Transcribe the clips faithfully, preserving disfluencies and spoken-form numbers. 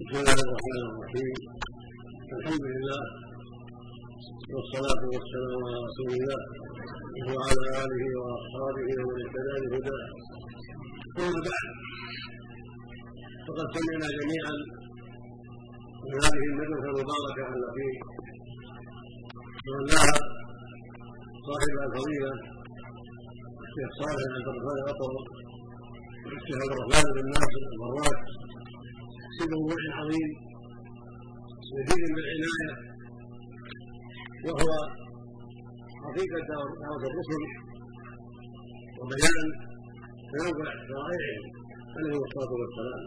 بسم الله الرحمن الرحيم. الحمد لله والصلاة والسلام على رسول الله وعلى آله وأصحابه ومن اهتدى بهداه. أما بعد، فقد سمعنا جميعا من هذه المجلس المباركة التي تولاها صاحب الفضيلة الشيخ صالح عبد الرحمن الأطر والشيخ عبد الرحمن بن ناصر المرات في موضوع عظيم جدير بالعناية، وهو حقيقة دعوة الرسل وبيان تنوع شرائعهم عليه الصلاة والسلام.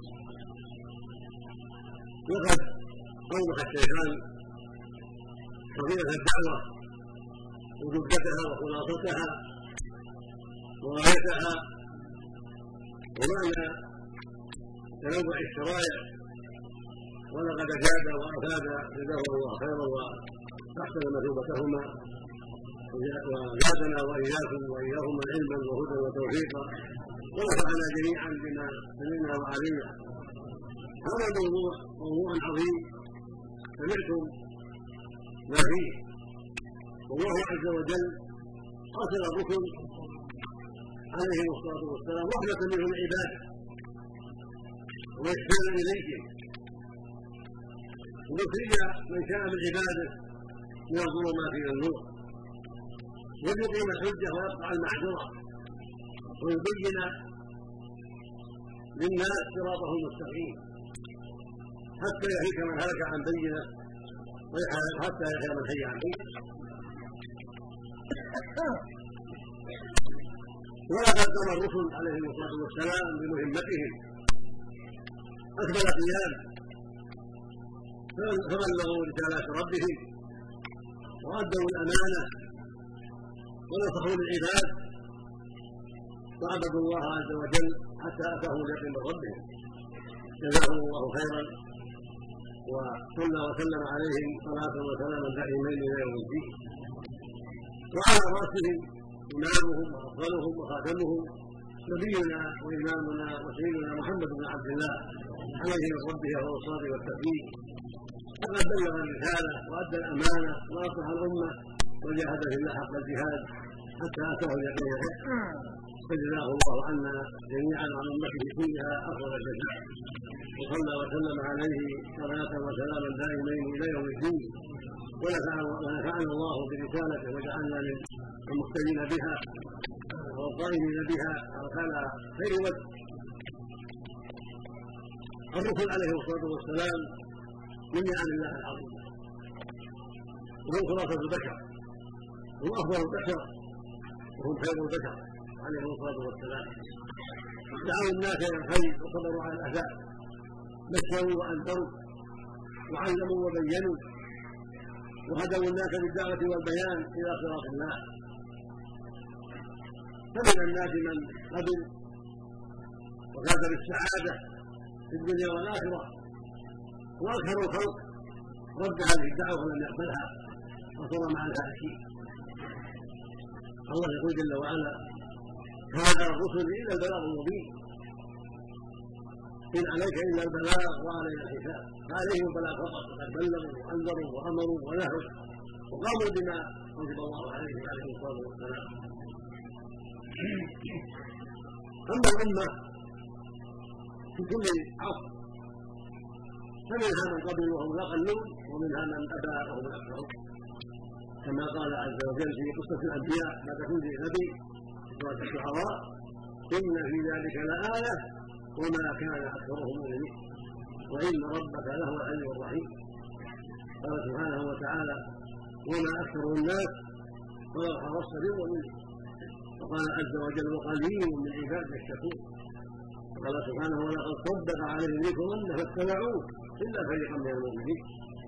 وقد أوضح الشيخان فضيلة الدعوة وجدتها وخلاصتها وغايتها ومعنى تنوع الشرائع، ولقد أجاب وأفاد جزاه الله خيرا وأحسن مثوبتهما، وزادنا وإياكم وإياهما علما وهدى وتوفيقا، ونفعنا جميعا بما سمعنا وعلمنا. هذا الموضوع موضوع عظيم سمعتم ما فيه، والله عز وجل أرسل الرسل عليهم الصلاة والسلام رحمة منهم عباده وإحسانا إليهم، ويخرج من شاء من عباده من الظلمات إلى النور، ويقيم الحجة ويقطع المعذرة، ويبين للناس صراطه المستقيم حتى يهلك من هلك عن بينه وحتى يحيى من حي عن بينه. ولقد قام الرسل عليهم الصلاة والسلام بمهمتهم أكمل قيام، فبلغوا رسالات ربهم وأدوا الأمانة ونصحوا للعباد وعبدوا الله عز وجل حتى أتاهم اليقين من ربهم. جزاهم الله خيرا، وصلى وسلم عليهم صلاة وسلاما دائمين إلى يوم الدين. وعلى رأسهم إمامهم وأفضلهم وخاتمهم نبينا وإمامنا وسيدنا محمد بن عبد الله عليه من ربه والصلاة والتسليم. فقد بلغ الرسالة وأدى الأمانة ونصح الأمة وجاهد في الله حق الجهاد حتى أتاه اليقين، فجزاه الله عنا جميعا عن أمته كلها أفضل الجزاء، وصلى وسلم عليه صلاة وسلاما دائمين إلى يوم الدين. ونفعنا الله برسالته وجعلنا من المهتدين بها والقائمين بها على خير وجه. الرسل عليه الصلاة والسلام من نعم الله العظيم، وهم خلاصة البشر، هم أفضل البشر، وهم خير البشر عليهم الصلاة والسلام. دعوا الناس إلى الخير وصبروا على الأذى، بشروا وأنذروا وعلموا وبينوا، وهدوا الناس بالدعوة والبيان إلى صراط الله. فمن الناس من قبل وفاز بالسعادة في الدنيا والآخرة، وأكثر الخلق رد هذه الدعوة ولم يقبلها وصار مع الهالكين. الله يقول جل وعلا: هذا الرسل إلا البلاغ المبين، إن عليك إلا البلاغ وعلينا الحساب. فعليهم البلاغ فقط، فقد بلغوا وأنذروا وأمروا ونهوا وقاموا بما أوجب الله عليهم عليه الصلاة والسلام. أما الأمة في كل عصر فمنها من قبل وهم يقلون، ومنها من أبى وهم أكثرون، كما قال عز وجل في قصة الأنبياء بعد كل نبي في سورة الشعراء: إن في ذلك لآية وما كان أكثرهم مؤمنين وإن ربك لهو العلي الرحيم. قال سبحانه وتعالى: وما أكثر الناس ولو حرصت بالمؤمنين. وقال عز وجل: وقليل من عباده الشكور. وقال سبحانه: ولقد صدق عليهم ذكرهم فاتبعوه إلا فريقا من المؤمنين.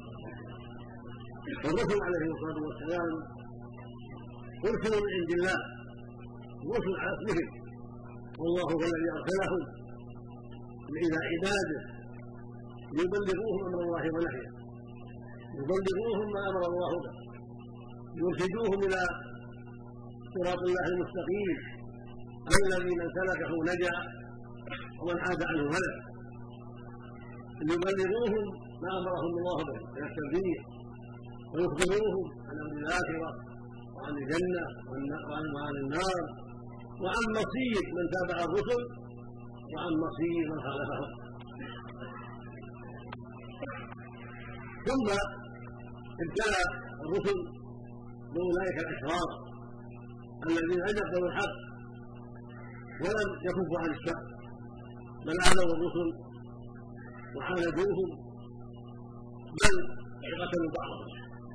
والرسل عليهم الصلاة والسلام أرسلوا من عند الله، الرسل على اسمهم، والله هو الذي أرسلهم إلى عباده ليبلغوهم أمر الله ونهيه، يبلغوهم ما أمر الله به، يرشدوهم إلى صراط الله المستقيم الذي من سلكه نجا ومن عاد عنه هلك. ليبلغوهم ما امرهم الله به من التبليغ ويخبروهم عن امر الاخره وعن الجنه وعن النار وعن مصير من تابع الرسل وعن مصير من خالفهم. ثم ابتلى الرسل باولئك الاشرار الذين اجابوا الحق ولم يكفوا عن الشر بل اذوا الرسل وعاندوهم بل قتلوا بعضهم.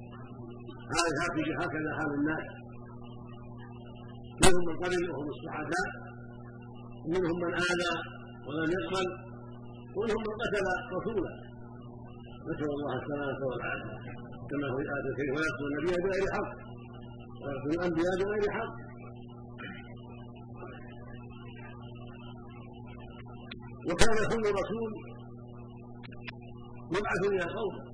هكذا حال الناس، منهم من قبل وهم السعداء ومنهم من آذى ولم يقبل ومنهم من قتل رسولا، نسأل الله السلامة والعافية كما هو آية الكريم ويقتل النبي بغير حق ويقتل الأنبياء بغير حق. وكان كل رسول يبعث إلى قومه،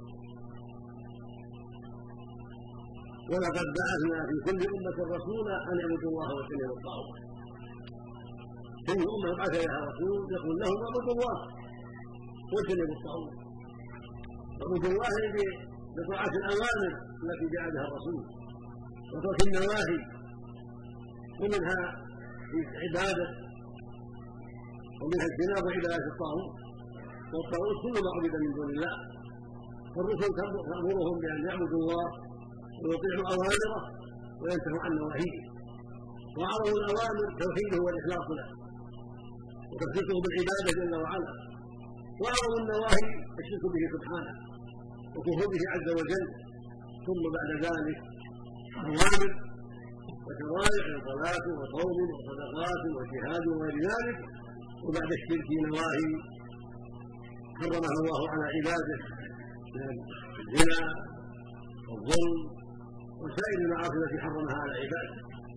ولقد بعثنا في كل أمة رسولا أن اعبدوا الله واجتنبوا الطاغوت. كل أمة يبعث إليها رسول يقول لهم اعبدوا الله واجتنبوا الطاغوت. اعبدوا الله بطاعة الأوامر التي جاء بها الرسول وترك النواهي، ومنها عبادة ومنها اجتناب عبادة الطاغوت، والطاغوت كل ما عبد من دون الله. فالرسل تأمرهم بأن يعبدوا الله ويطيعوا أوامره وينتهوا عن نواهيه، وأعظم الأوامر توحيده والإخلاص له وتخصيصه بالعبادة جل وعلا، وأعظم النواهي الشرك به سبحانه وكفر به عز وجل. ثم بعد ذلك أوامر وشرائع وصلاة وصوم وصدقات وجهاد وغير ذلك، وبعد الشرك نواهي حرمها الله على عباده من الزنا والظلم وسائر المعاصي التي حرمها على عباده.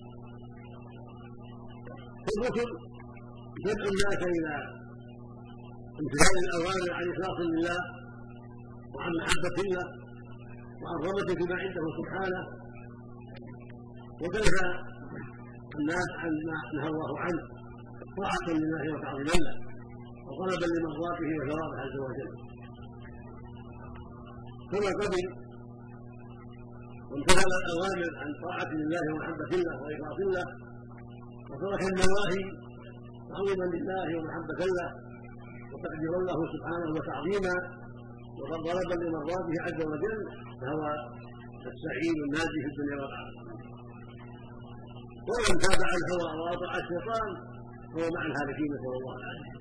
فالرسل يدعو الناس الى امتثال الاوامر عن اخلاص لله وعن محبه الله وعن رغبه فيما عنده سبحانه، وتنهى الناس عن ما نهى الله عنه طاعه لله وتعظيما له وطلبا لمرضاته وثوابه عز وجل. كما قبل وامتثل الاوامر عن طاعه لله ومحبه الله واخلاص الله وترك النواهي تعظيما لله ومحبه له وتقديرا له سبحانه وتعظيما وطلبا لمرضاته عز وجل، فهو السعيد الناجي في الدنيا والاخره. ومن تابع الهوى واطاع الشيطان هو مع الهالكين، نسال الله العافيه.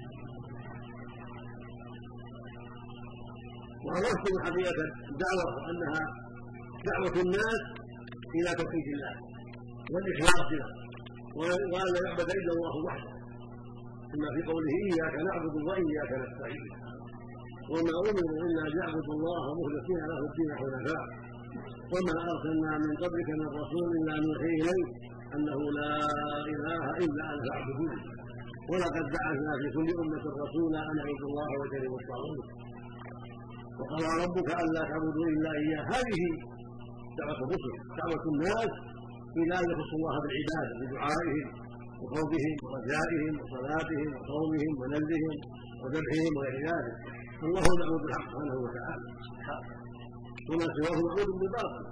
وعرفتم حقيقه الدعوه وانها دعوة الناس إلى توحيد الله والإخلاص له وأن لا يعبد إلا الله وحده، كما في قوله إياك نعبد وإياك نستعين، وما أمروا إلا ليعبدوا الله مخلصين له الدين حنفاء، وما أرسلنا من قبلك من رسول إلا نوحي إليه أنه لا إله إلا أنا فاعبدون، ولقد بعثنا في كل أمة رسولا أن اعبدوا الله واجتنبوا الطاغوت، وقال ربك ألا تعبدوا إلا إياه. هذه دعوة الرسل، دعوة الناس إلى أن يخصوا الله بالعبادة بدعائهم وخوفهم ورجائهم وصلاتهم وصومهم ونذرهم وذبحهم وغير ذلك. الله معبود بالحق سبحانه وتعالى، وما سواه معبود بالباطل.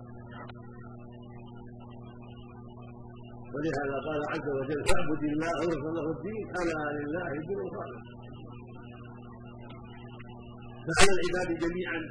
ولهذا قال عز وجل فاعبد الله واخلص له الدين ألا لله الدين الخالص. فعلى العباد جميعا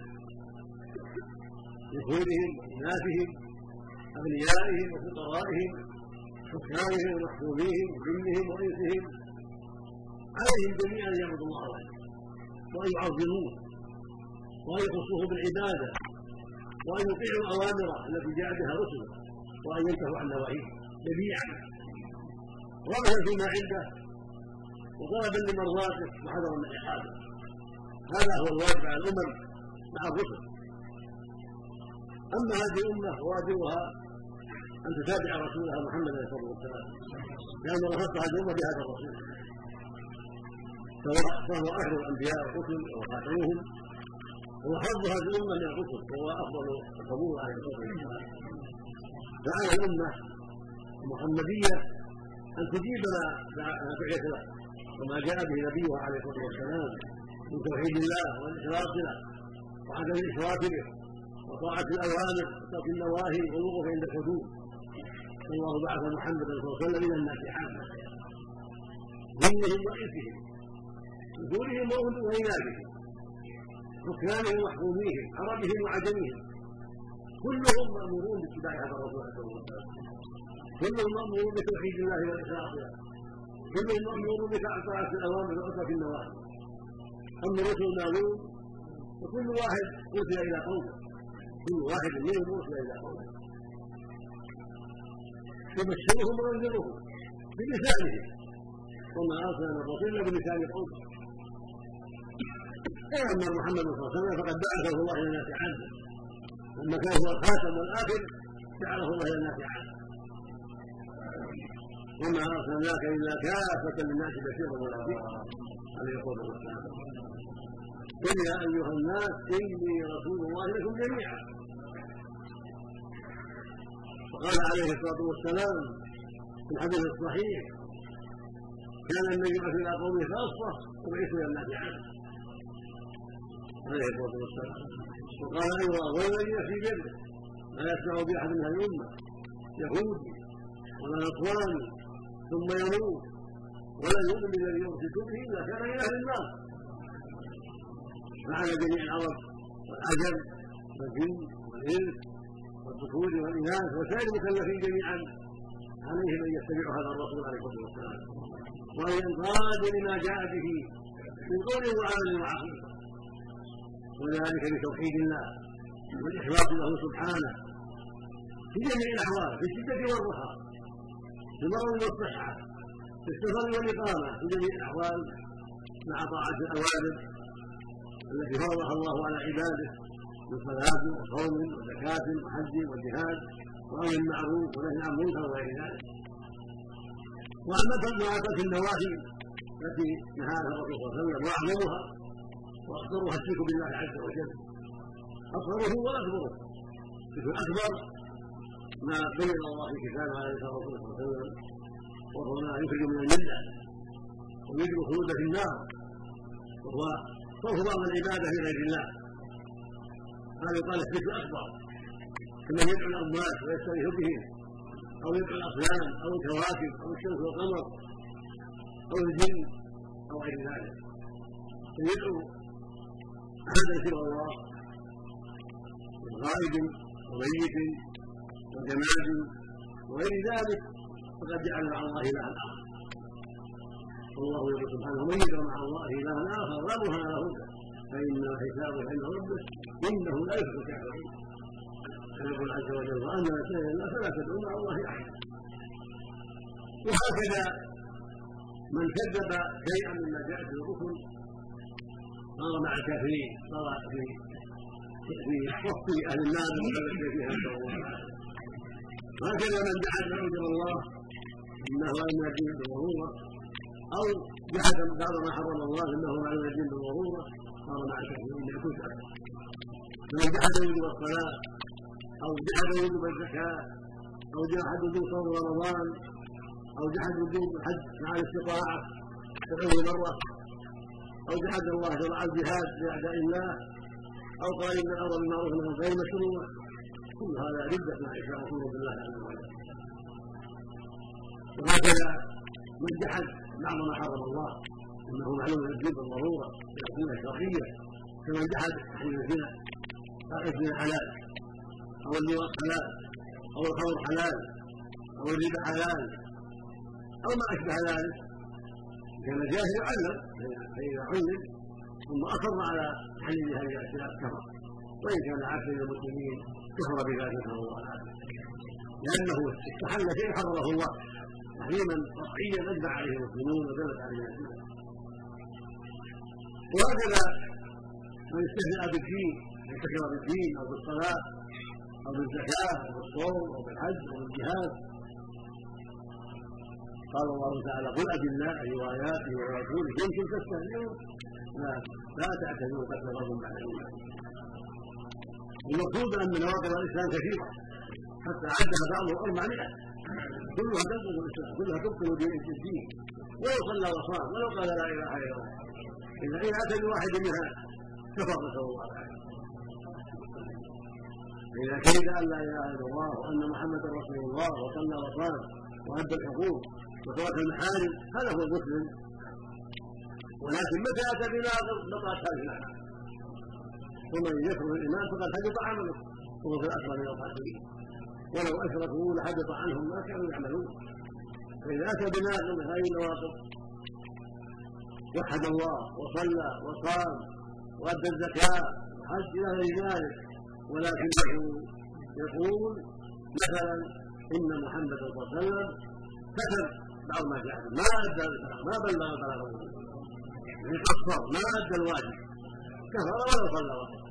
ذكورهم وإناثهم أغنيائهم وفقرائهم حكامهم ومحكوميهم وجنهم وإنسهم، عليهم جميعا أن يعبدوا الله وحده وأن يعظموه وأن يخصوه بالعبادة وأن يطيعوا أوامره التي جاء بها رسله وأن ينتهوا عن نواهيه جميعا رغبة فيما عنده وطلبا لمرضاته وحذرا من عقابه. هذا هو الواجب على الأمم مع الرسل. أما هذه الأمة واجبها أن تتابع رسولها محمد عليه الصلاة والسلام، لأن الله خص هذه الأمة بهذا الرسول، فهو آخر الأنبياء والرسل وخاتمهم، هو حظ هذه الأمة من الرسل وهو أفضل القبول عليه الصلاة والسلام. فعلى الأمة المحمدية أن تجيب ما دعيت له وما جاء به نبيها عليه الصلاة والسلام من توحيد الله والإخلاص له وعدم الإشراك به وطاعة الأوامر وترك النواهي والوقوف عند الحدود. الله بعث محمدا صلى الله عليه وسلم إلى الناس عامة ظنهم وإنسهم ذكورهم وإناثهم حكامهم ومحكوميهم عربهم وعجمهم كلهم مأمورون باتباع هذا الرسول صلى الله عليه وسلم. كلهم مأمورون بتوحيد الله والإخلاص له. كلهم مأمورون بطاعة الأوامر وترك النواهي. أما الرسل معلوم وكل واحد أرسل إلى قومه كل واحد منهم أرسل إلى قومه يبشرهم وينذرهم بلسانهم وما أرسلنا الرسول إلا بلسان قومه. أما محمد صلى الله عليه وسلم فقد بعثه الله إلى الناس عامة لما كان هو الخاتم والآخر جعله الله إلى الناس عامة وما أرسلناك إلا كافة للناس بشيرا ونذيرا عليه الصلاة والسلام. قل يا أيها الناس إني رسول الله لكم جميعا. وقال عليه الصلاة والسلام في الحديث الصحيح كان النبي يبعث إلى قومه خاصة وبعث إلى الناس عامة عليه الصلاة والسلام. وقال أيضا والذي في جده لا يسمع بأحد من هذه الأمة يهودي ولا نصراني ثم يموت ولا يؤمن الذي يرسل به إلا كان من أهل النار. فعلى جميع العرب والعجم والجن والإنس والذكور والإناث وسائر المكلفين جميعا عليهم أن يتبعوا هذا الرسول عليه الصلاة والسلام وأن ينقادوا لما جاء به من قول وعمل وعقيدة وذلك بتوحيد الله والإخلاص له سبحانه في جميع الأحوال في الشدة والرخاء في المرض والصحة في السفر والإقامة في جميع الأحوال مع طاعة الأوامر التي فرضها الله على عباده من صلاة وصوم وزكاة وحج وجهاد وأمر بالمعروف ونهي عن المنكر وغير ذلك. وأما ترك النواهي التي نهاها الرسول صلى الله عليه وسلم وأعظمها وأخطرها الشرك بالله عز وجل أصغره وأكبره. الشرك الأكبر ما بين الله في كتابه عليه الصلاة والسلام وهو ما يخرج من الملة ويجب الخلود في النار وهو صرف بعض العبادة لغير الله. هذا يقال الشرك الأكبر كما يدعو الأموات ويستغيث بهم أو يدعو الأصنام أو الكواكب أو الشمس والقمر أو الجن أو غير ذلك. يدعو هذا سوى الله من غائب وميت وجماد وغير ذلك فقد جعل مع الله إلها آخر. والله يقول سبحانه ومن يدعو مع الله إلها آخر لا برهان له فإن حسابه عند ربه إنه لا يفلح الكافرين. يقول عز وجل وأما شيء الله فلا تدعو مع الله أحدا. وهكذا من كذب شيئا مما جاء في الرسل صار مع الكافرين صار في في وصف أهل النار وخلق فيها نسأل الله العافية. وهكذا من دعا إلى أوجب الله إنه لا ينادي بالضرورة أو جحد بعض ما حرم الله إنه لا ينادي بالضرورة صار مع الكافرين يكون كافرا. فمن جحد وجوب الصلاة أو جحد وجوب الزكاة أو جحد وجوب صوم رمضان أو جحد وجوب الحج مع الاستطاعة سبعين مرة أو جحد الله شرع الجهاد لأعداء الله أو قال إن الأمر بالمعروف والنهي عن المنكر غير مشروع كل هذا ردة مع إشراك بالله عز وجل. وهكذا من جحد بعض ما حرم الله إنه معلوم الدين بالضرورة بالأدلة الشرعية كمن جحد تحريم الزنا قال الزنا حلال أو اللواط حلال أو الخمر حلال أو الربا حلال أو ما أشبه ذلك كان جاهل يعلم فإذا علم ثم أصر على تحليل هذه الأشياء كفر وإن كان عاقلا للمسلمين كفر بذلك نسأل الله العافية لأنه استحل شيء حرمه الله تحريما قطعيا أجمع عليه المسلمون ودلت عليه الأسماء. وهكذا من استهزأ بالدين يستكبر بالدين أو بالصلاة أو بالزكاة أو بالصوم أو بالحج أو بالجهاد قال الله تعالى قل أبالله وآياته ورسوله كنتم تستهزئون لا لا تعتذروا قد كفرتم بعد إيمانكم. المقصود أن نواقض الإسلام كثيرة حتى عدها بعضهم أربعمائة كلها تنقض الإسلام كلها تبطل دين الدين ولو صلى وصام ولو قال لا إله إلا الله إذا إن أتى بواحد منها كفر، نسأل الله العافية. فإذا شهد أن لا إله إلا الله وأن محمدا رسول الله وصلى وصام وأدى الحقوق وترك المحارم هذا هو المسلم. ولكن متى أتى بناقض بطلت هذه الأعمال، ومن يكفر الإيمان فقد حبط عمله وهو في الأكبر من الخاسرين، ولو أشركوا لحبط عنهم ما كانوا يعملون. فإذا أتى بناقض من هذه النواقض وحد الله وصلى وصام وأدى الزكاة وحج إلى غير ذلك، ولكنه يقول مثلا إن محمدا صلى الله عليه وسلم كتب بعض ما جاء ما أدى ما بلغ بلاغه، يعني قصر ما أدى الواجب، كفر ولو صلى وصام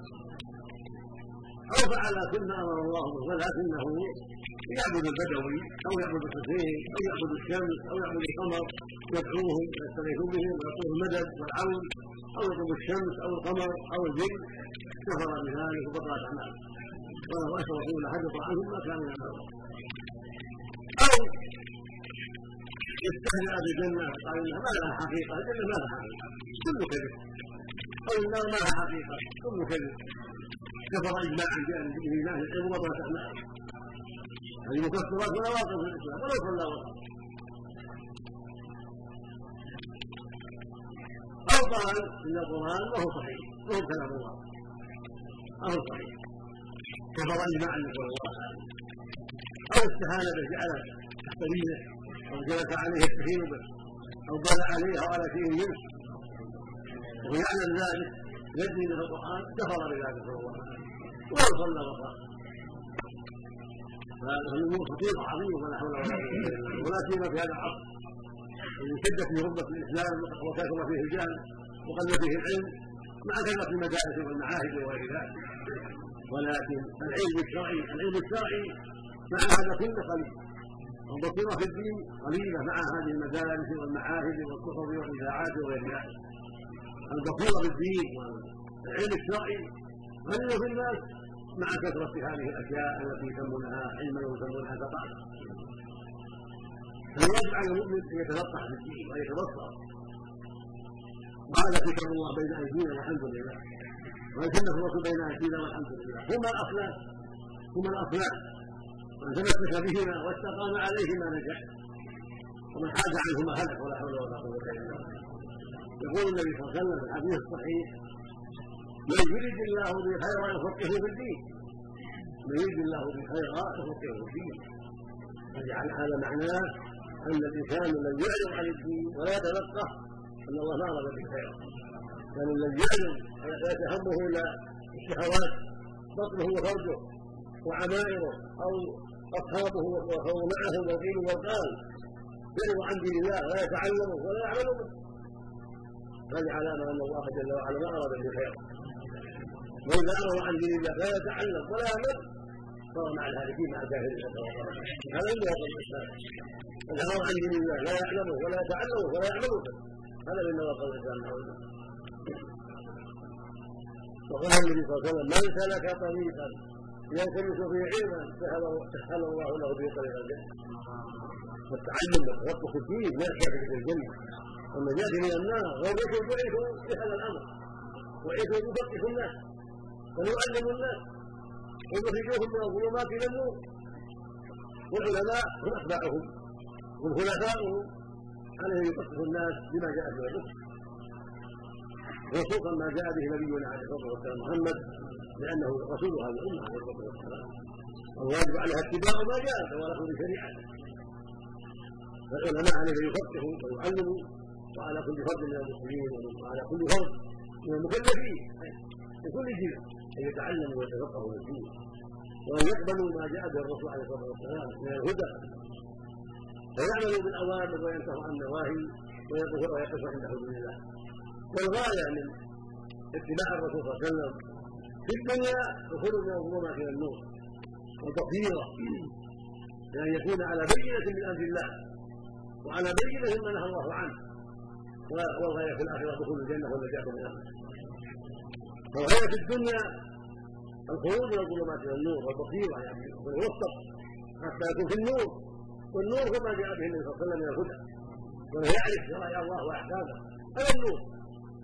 أو فعل كما أمر الله به، ولكنه يعبد البدوي أو يعبد الحسين أو يعبد الشمس أو يعبد القمر، يدعوهم ويستغيث بهم ويطلب المدد والعون، أو يطلب الشمس أو القمر أو الجن، كفر بذلك وبطلت أعماله ولو أشركوا لحبط عنهم ما كانوا يعملون. أو يستهزأ بالجنة قال إنها ما لها حقيقة، الجنة ما لها حقيقة كل كذب، أو النار ما لها حقيقة كل كذب، كفر إجماعا بإيمان العلم وبطلت أعماله. هذه مكفرات ولا واقع في الإسلام ولو صلى وصلى. أو قال إن القرآن وهو صحيح وهو كلام الله وهو صحيح، كفر إجماعا نسأل الله العافية. أو استهان به جعل تحت رجله أو جلس عليه يستهين به أو بال عليه أو على شيء منه ويعلم ذلك يدري من القرآن، كفر بذلك نسأل الله العافية ولو صلى وصلى. فهذا الامور خطيره عظيمه ولا حول ولا قوه الا بالله، ولا سيما في هذا العصر الذي شدت فيه ربه الاسلام وكثر فيه الجهل وقل فيه العلم مع كثره المدارس والمعاهد وغير ذلك. ولكن العلم الشرعي العلم الشرعي مع هذا كله قليل، والبصيره في الدين قليله مع هذه المدارس والمعاهد والكتب والاذاعات وغير ذلك. البصيره في الدين والعلم الشرعي قليل في الناس مع كثرة هذه الأشياء التي يسمونها علما ويسمونها ثقافة. فالواجب على المؤمن أن يتفقه في الدين ويتبصر، وهذا كتاب الله بين أيدينا والحمد لله، وسنة الرسول بين أيدينا والحمد لله، هما الأصلان هما الأصلان من تمسك بهما واستقام عليهما نجح، ومن حاج عنهما هلك ولا حول ولا قوة إلا بالله. يقول النبي صلى الله عليه وسلم في الحديث الصحيح: من يريد الله به خيرا يفقهه في الدين، من يريد الله به خيرا يفقهه في الدين. فجعل هذا معناه ان الانسان الذي يعلم عن الدين ولا يتفقه ان الله ما اراد به خيرا، كان الذي يعلم ويتهمه الى الشهوات بطنه وفرجه وعمائره او اصحابه وهو معه والقيل والقال، يعلم عن دين الله ولا يتعلمه ولا يعمل به، فجعل ان الله جل وعلا ما اراد به خيرا. وإذا أمر عن دين الله لا يتعلم ولا يعمل صار مع الهالكين مع الكافرين. هذا من نواقض الإسلام، من أمر عن دين الله لا يعلمه ولا يتعلمه ولا يعمل به، هذا من نواقض الإسلام. وقال النبي صلى الله عليه وسلم: من سلك طريقا يلتمس فيه علما سهل الله له به طريق الجنة. والتعلم والتفقه في الدين لا يشفع في الجنة، والنجاة من النار. والرسل بعثوا بهذا الأمر، وعثوا يفقهوا الناس ويعلموا الناس ويخرجوهم من الظلمات الى النور، والعلماء هم اتباعهم هم خلفاؤهم عليهم يفقهوا الناس بما جاء به الرسل، وخصوصا ما جاء به نبينا عليه الصلاه والسلام محمد، لانه رسول هذه الامه عليه الصلاه والسلام، والواجب عليها اتباع ما جاء ورسول شريعته. فالعلماء عليهم يفقهوا ويعلموا، وعلى كل فرد من المسلمين وعلى كل فرد من المكلفين في كل جيل ان يتعلموا ويتفقهوا في الدين، وان يقبلوا ما جاء به الرسول عليه الصلاه والسلام من الهدى، فيعملوا بالاوامر وينتهوا عن النواهي ويقفوا عند حدود الله. والغايه من اتباع الرسول صلى الله عليه وسلم في الدنيا الخروج من الظلمات الى النور والبصيره، بان يكون على بينه من امر الله وعلى بينه مما نهى الله عنه، والغايه في الاخره دخول الجنه والنجاه من النار. فالغايه في الدنيا الخروج من الظلمات الى النور والبصيره، يعني والوسط حتى يكون في النور، والنور هو ما جاء به النبي صلى الله عليه وسلم من الهدى، ولا يعرف شرائع الله واحكامه، هذا النور.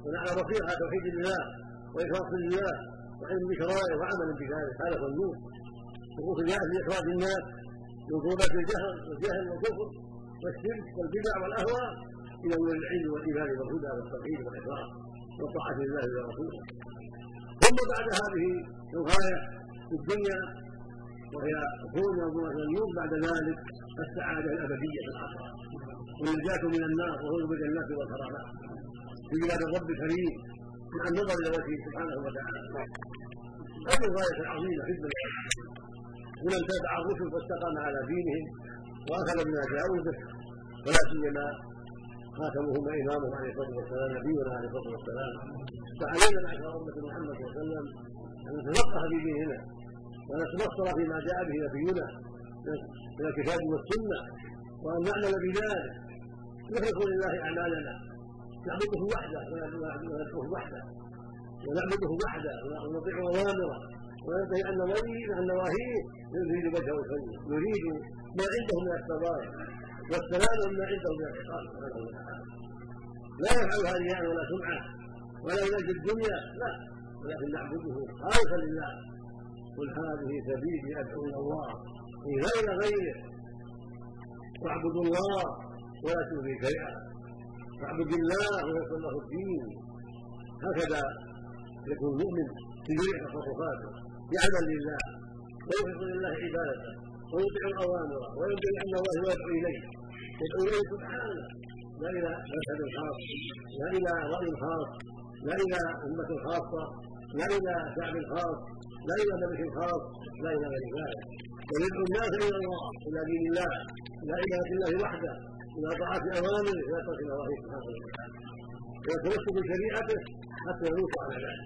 على بصيره على توحيد الله واخلاص لله وعلم بشرائعه وعمل بذلك. هذا هو النور. وقوف الناس لاخراج الناس من ظلمات الجهل والجهل والكفر والشرك والبدع والاهواء الى نور العلم والايمان والهدى والتوحيد والاخلاص والطاعه لله ورسوله. ثم بعد هذه الغايه في الدنيا وهي كون منظومه النور، بعد ذلك السعاده الابديه في الاخره والنجاه من النار وهو بالجنات والكرامات في بلاد الرب الكريم مع النظر الى وجهه سبحانه وتعالى. هذه الغايه العظيمه في الدنيا. ومن تابع الرسل فاستقام على دينهم واخذ بما جاءوا به، ولا سيما خاتمهم وامامهم عليه الصلاه والسلام نبينا عليه الصلاه والسلام. فعلينا معشر امه محمد صلى الله عليه وسلم ان نتفقه في ديننا ونتبصر فيما جاء به نبينا من الكتاب والسنه، وان نعمل بذلك نخلص لله اعمالنا، نعبده وحده ونذكره وحده ونعبده وحده ونطيع اوامره وننتهي عن نواهيه نريد وجهه الكريم، نريد ما عنده من الثواب والسلام مما عنده من العقاب سبحانه وتعالى. لا نفعل هذه رياء ولا سمعه ولا من الدنيا، لا، ولكن نعبده خالصا لله. قل هذه سبيلي ادعو الى الله لا الى غيره، واعبدوا الله ولا تشركوا شيئا، واعبد الله ويسر له الدين. هكذا يكون المؤمن في جميع تصرفاته، يعمل لله ويخلص لله عبادته ويطيع الاوامر وينبغي ان الله يدعو اليه، يدعو اليه سبحانه، لا الى مذهب خاص، لا الى راي خاص، لا الى امه خاصه، لا الى شعب خاص، لا الى ملك خاص، لا الى غير ذلك، ويدعو الناس الى الله، الى دين الله، الى عباده الله وحده، الى طاعه اوامره الى ترك نواهيه سبحانه وتعالى، ويتمسك بشريعته حتى يموت على ذلك.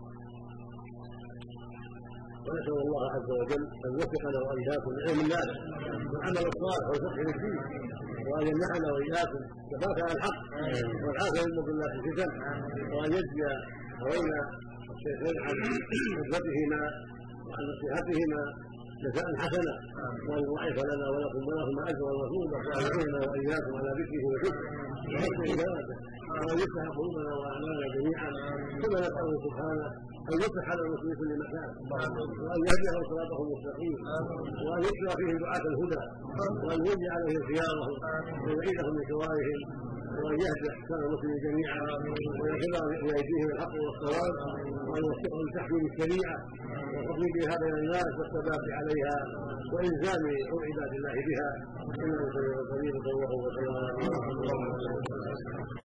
ونسال الله عز وجل ان يوفقنا واياكم لعلم النافع والعمل الصالح والفقه للدين، وان يمنحنا واياكم ثبات على الحق والعافيه من الله في الفتن، وان يجزي علينا الشيخين عن خدمتهما وعن نصيحتهما جزاء حسنه، وان يضاعف لنا ولكم ولهما اجرا وثوبا، وان يعيننا واياكم على ذكره وشكره وحسن عبادته، وان يفتح قلوبنا واعمالنا جميعا، كما نساله سبحانه ان يفتح على المسلمين في كل مكان، وان يهديهم صراطه المستقيم، وان يشرع فيهم دعاة الهدى، وان يولي عليهم خيارهم ويعيدهم من شوائهم، وان يهدي احسان المسلمين جميعا ويغفر بايديهم الحق والصواب، وان يوفقهم لتحكيم الشريعه والحكم بها بين الناس والثبات عليها والزام عباد الله بها. انه سميع قريب. صلى الله وسلم على محمد.